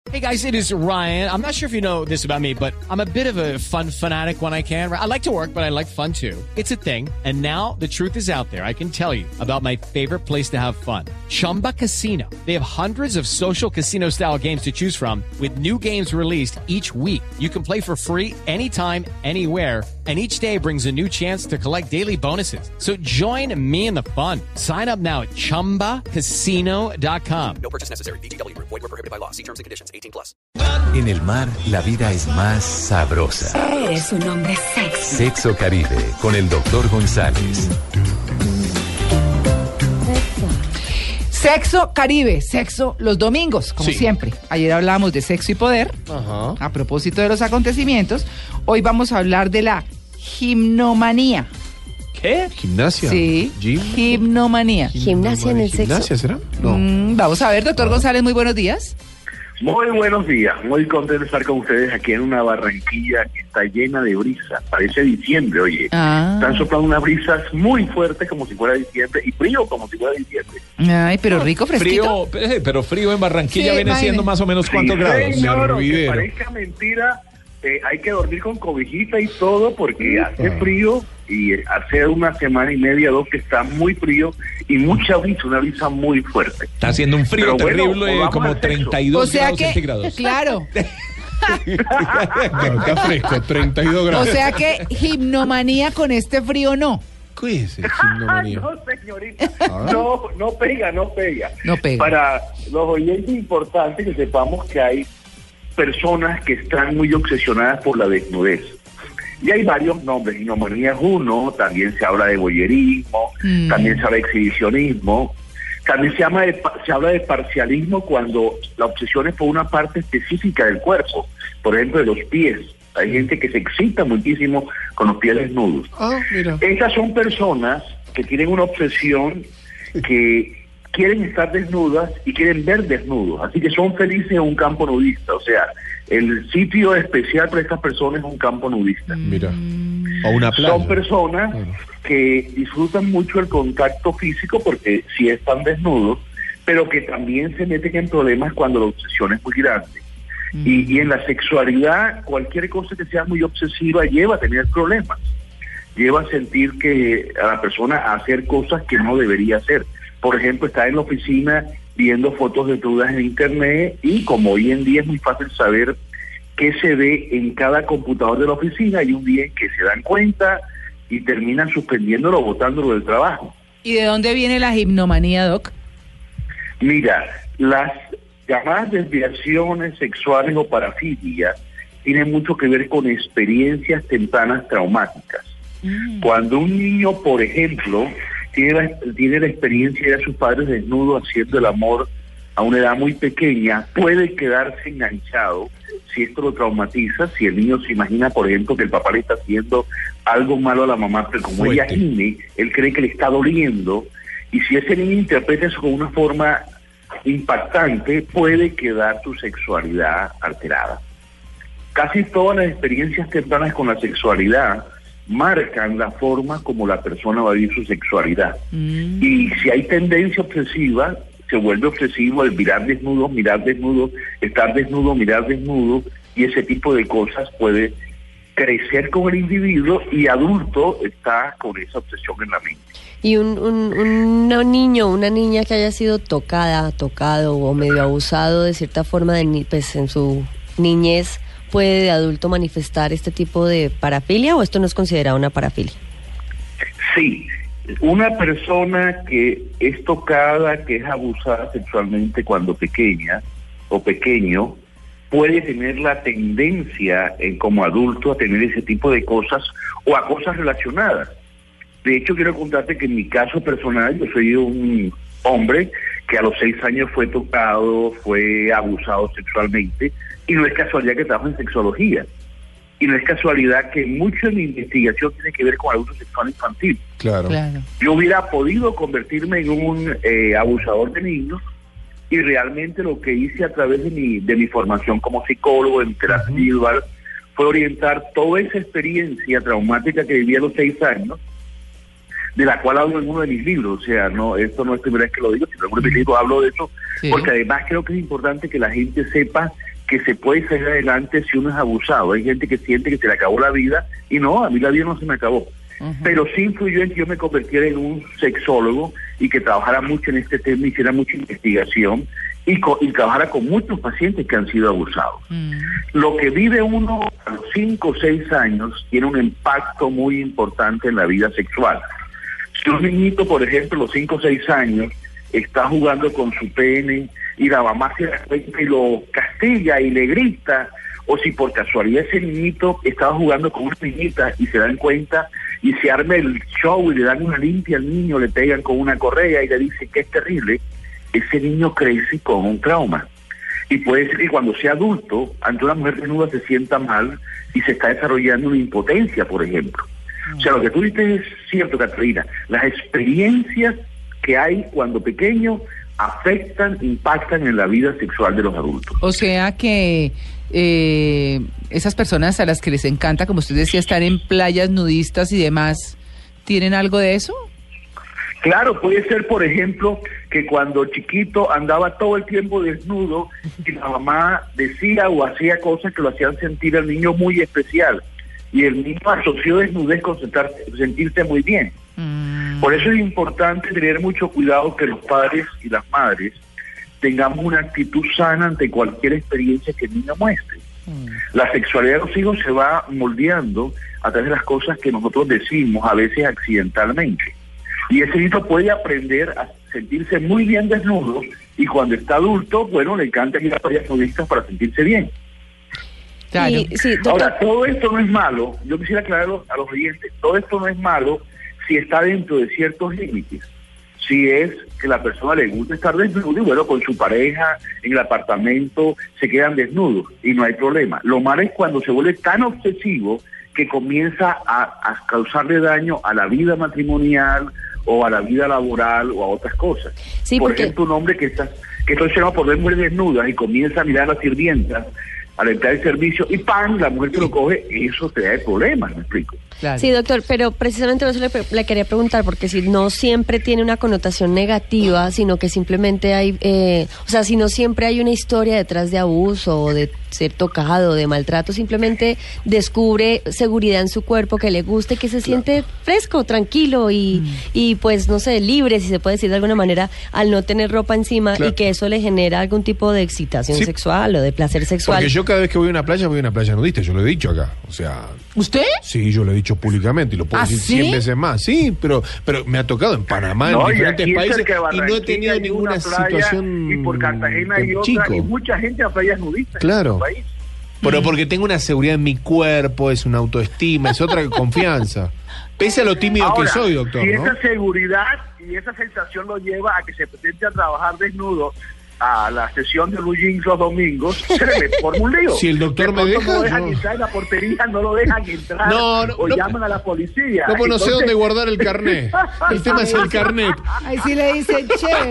Hey guys, it is Ryan. I'm not sure if you know this about me, but I'm a bit of a fun fanatic when I can. I like to work, but I like fun too. It's a thing. And now the truth is out there. I can tell you about my favorite place to have fun. Chumba Casino. They have hundreds of social casino style games to choose from with new games released each week. You can play for free anytime, anywhere. And each day brings a new chance to collect daily bonuses. So join me in the fun. Sign up now at ChumbaCasino.com. No purchase necessary. VGW Group. Void where prohibited by law. See terms and conditions. 18+. En el mar, la vida es más sabrosa. Eres un hombre sexy. Sexo Caribe, con el Dr. González. Sexo Caribe, sexo los domingos, como Sí. siempre. Ayer hablábamos de sexo y poder. Ajá. A propósito de los acontecimientos, hoy vamos a hablar de la gimnomanía. ¿Qué? ¿Gimnasia? Sí, ¿Gym? gimnomanía. Gimnasia en el sexo. ¿Gimnasia será? No. Vamos a ver, doctor González, muy buenos días. Muy buenos días, muy contento de estar con ustedes aquí en una Barranquilla que está llena de brisas. Parece diciembre, oye. Están soplando unas brisas muy fuertes como si fuera diciembre y frío como si fuera diciembre. Ay, pero rico, fresquito. Pero frío en Barranquilla Sí, viene siendo más o menos ¿cuántos grados? Señor, aunque Rivero. parezca mentira, hay que dormir con cobijita y todo porque hace frío y hace una semana y media, 2 que está muy frío y mucha brisa, una brisa muy fuerte. Está haciendo un frío Pero bueno, terrible, volvamos como al sexo. 32 O sea grados que, centígrados. claro, No, está fresco, 32 o grados. sea que gimnomanía con este frío no. ¿Qué es el Ah, gimnomanía? no, señorita, no pega. No pega. Para los oyentes es importante que sepamos que hay personas que están muy obsesionadas por la desnudez. Y hay varios nombres, gimnomanía es uno, también se habla de voyerismo, también se habla de exhibicionismo, también se habla de parcialismo cuando la obsesión es por una parte específica del cuerpo, por ejemplo de los pies. Hay gente que se excita muchísimo con los pies desnudos. Mira. Estas son personas que tienen una obsesión que quieren estar desnudas y quieren ver desnudos, así que son felices en un campo nudista, o sea, el sitio especial para estas personas es un campo nudista. Mira. O una playa. Son personas que disfrutan mucho el contacto físico porque sí están desnudos, pero que también se meten en problemas cuando la obsesión es muy grande. Y en la sexualidad, cualquier cosa que sea muy obsesiva lleva a tener problemas, lleva a sentir que a la persona a hacer cosas que no debería hacer. Por ejemplo, estar en la oficina viendo fotos desnudas en internet y como hoy en día es muy fácil saber qué se ve en cada computador de la oficina, hay un día en que se dan cuenta y terminan suspendiéndolo o botándolo del trabajo. ¿Y de dónde viene la gimnomanía, Doc? Mira, las llamadas desviaciones sexuales o parafilia tienen mucho que ver con experiencias tempranas traumáticas. Cuando un niño, por ejemplo, tiene la experiencia de ver a sus padres desnudos haciendo el amor a una edad muy pequeña, puede quedarse enganchado si esto lo traumatiza, si el niño se imagina, por ejemplo, que el papá le está haciendo algo malo a la mamá, pero como ella gime, él cree que le está doliendo, y si ese niño interpreta eso con una forma impactante, puede quedar su sexualidad alterada. Casi todas las experiencias tempranas con la sexualidad marcan la forma como la persona va a vivir su sexualidad. Y si hay tendencia obsesiva, se vuelve obsesivo el mirar desnudo, estar desnudo, mirar desnudo, y ese tipo de cosas puede crecer con el individuo y adulto está con esa obsesión en la mente. Y un niño, una niña que haya sido tocado o medio abusado de cierta forma pues en su niñez, ¿puede de adulto manifestar este tipo de parafilia o esto no es considerado una parafilia? Sí, una persona que es tocada, que es abusada sexualmente cuando pequeña o pequeño, puede tener la tendencia como adulto a tener ese tipo de cosas o a cosas relacionadas. De hecho, quiero contarte que en mi caso personal, yo soy un hombre que a los 6 años fue tocado, fue abusado sexualmente, y no es casualidad que trabajo en sexología. Y no es casualidad que mucho de mi investigación tiene que ver con abuso sexual infantil. Claro. Yo hubiera podido convertirme en un abusador de niños, y realmente lo que hice a través de mi formación como psicólogo en terapia individual fue orientar toda esa experiencia traumática que viví a los 6 años, de la cual hablo en uno de mis libros. O sea, no, esto no es la primera vez que lo digo, sino en uno de mis libros hablo de eso, porque además creo que es importante que la gente sepa que se puede salir adelante si uno es abusado. Hay gente que siente que se le acabó la vida, y no, a mí la vida no se me acabó. Pero sí influyó en que yo me convirtiera en un sexólogo y que trabajara mucho en este tema, hiciera mucha investigación y trabajara con muchos pacientes que han sido abusados. Lo que vive uno a los 5 o 6 años tiene un impacto muy importante en la vida sexual. Si un niñito, por ejemplo, a los 5 o 6 años, está jugando con su pene y la mamá se da cuenta y lo castiga y le grita, o si por casualidad ese niñito estaba jugando con una niñita y se dan cuenta y se arma el show y le dan una limpia al niño, le pegan con una correa y le dicen que es terrible, ese niño crece con un trauma. Y puede ser que cuando sea adulto, ante una mujer desnuda se sienta mal y se está desarrollando una impotencia, por ejemplo. O sea, lo que tú dices es cierto, Catalina. Las experiencias que hay cuando pequeño afectan, impactan en la vida sexual de los adultos. O sea que esas personas a las que les encanta, como usted decía, estar en playas nudistas y demás, ¿tienen algo de eso? Claro, puede ser, por ejemplo, que cuando chiquito andaba todo el tiempo desnudo y la mamá decía o hacía cosas que lo hacían sentir al niño muy especial. Y el niño asoció desnudez con sentirse muy bien. Por eso es importante tener mucho cuidado que los padres y las madres tengamos una actitud sana ante cualquier experiencia que el niño muestre. La sexualidad de los hijos se va moldeando a través de las cosas que nosotros decimos, a veces accidentalmente. Y ese niño puede aprender a sentirse muy bien desnudo y cuando está adulto, bueno, le encanta ir a playas nudistas para sentirse bien. Claro. Sí, doctor. Ahora, todo esto no es malo, yo quisiera aclararlo a los oyentes, todo esto no es malo si está dentro de ciertos límites. Si es que la persona le gusta estar desnudo y bueno, con su pareja en el apartamento se quedan desnudos y no hay problema. Lo malo es cuando se vuelve tan obsesivo que comienza a causarle daño a la vida matrimonial o a la vida laboral o a otras cosas. Sí, por porque... ejemplo, un hombre que está obsesionado por ver mujeres desnudas y comienza a mirar a las sirvientas al entrar el servicio y ¡pam!, la mujer se lo coge, eso te da problemas, ¿me explico? Claro. Sí, doctor, pero precisamente eso le quería preguntar, porque si no siempre tiene una connotación negativa, sino que simplemente hay, o sea, si no siempre hay una historia detrás de abuso o de ser tocado, de maltrato, simplemente descubre seguridad en su cuerpo que le guste, que se siente fresco, tranquilo y pues, no sé, libre, si se puede decir de alguna manera, al no tener ropa encima y que eso le genera algún tipo de excitación sexual o de placer sexual. Porque yo cada vez que voy a una playa nudista, yo lo he dicho acá, o sea... ¿Usted? Sí, yo lo he dicho públicamente y lo puedo decir 100 veces más. Sí, pero me ha tocado en Panamá, en diferentes países, y no he tenido ninguna situación y por Cartagena y otra, y mucha gente a playas nudistas. Claro. En el país. Pero porque tengo una seguridad en mi cuerpo, es una autoestima, es otra confianza. Pese a lo tímido Ahora, que soy, doctor, si ¿no? esa seguridad y esa sensación lo lleva a que se presente a trabajar desnudo a la sesión de Blue Jeans los domingos, se le forma un lío. Si el doctor me deja, no lo dejan entrar en la portería, no lo dejan entrar, o llaman a la policía. No, pues no sé dónde guardar el carnet. El tema es el carnet. Ahí sí le dicen,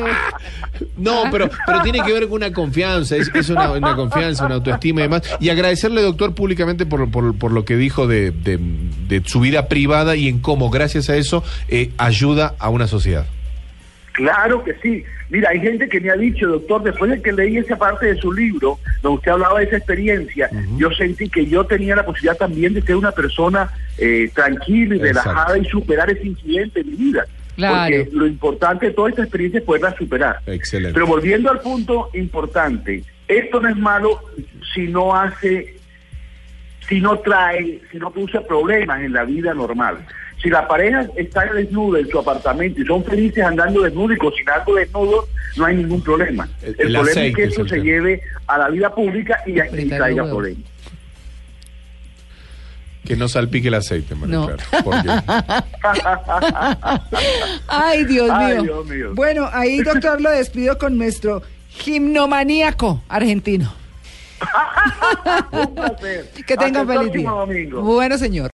che. No, pero tiene que ver con una confianza, es una confianza, una autoestima y demás. Y agradecerle, doctor, públicamente por lo que dijo de su vida privada y en cómo, gracias a eso, ayuda a una sociedad. Claro que sí. Mira, hay gente que me ha dicho, doctor, después de que leí esa parte de su libro, donde usted hablaba de esa experiencia, yo sentí que yo tenía la posibilidad también de ser una persona tranquila y relajada y superar ese incidente en mi vida. Claro. Porque lo importante de toda esta experiencia es poderla superar. Excelente. Pero volviendo al punto importante, esto no es malo si no produce problemas en la vida normal. Si la pareja está desnuda en su apartamento y son felices andando desnudos y cocinando desnudos, no hay ningún problema. El problema es que eso se lleve a la vida pública y traiga problemas. Que no salpique el aceite, María Clara, porque... Ay, Dios mío. Bueno, ahí, doctor, lo despido con nuestro gimnomaníaco argentino. Un placer. Que tenga Hasta el feliz día. próximo domingo. Bueno, señor.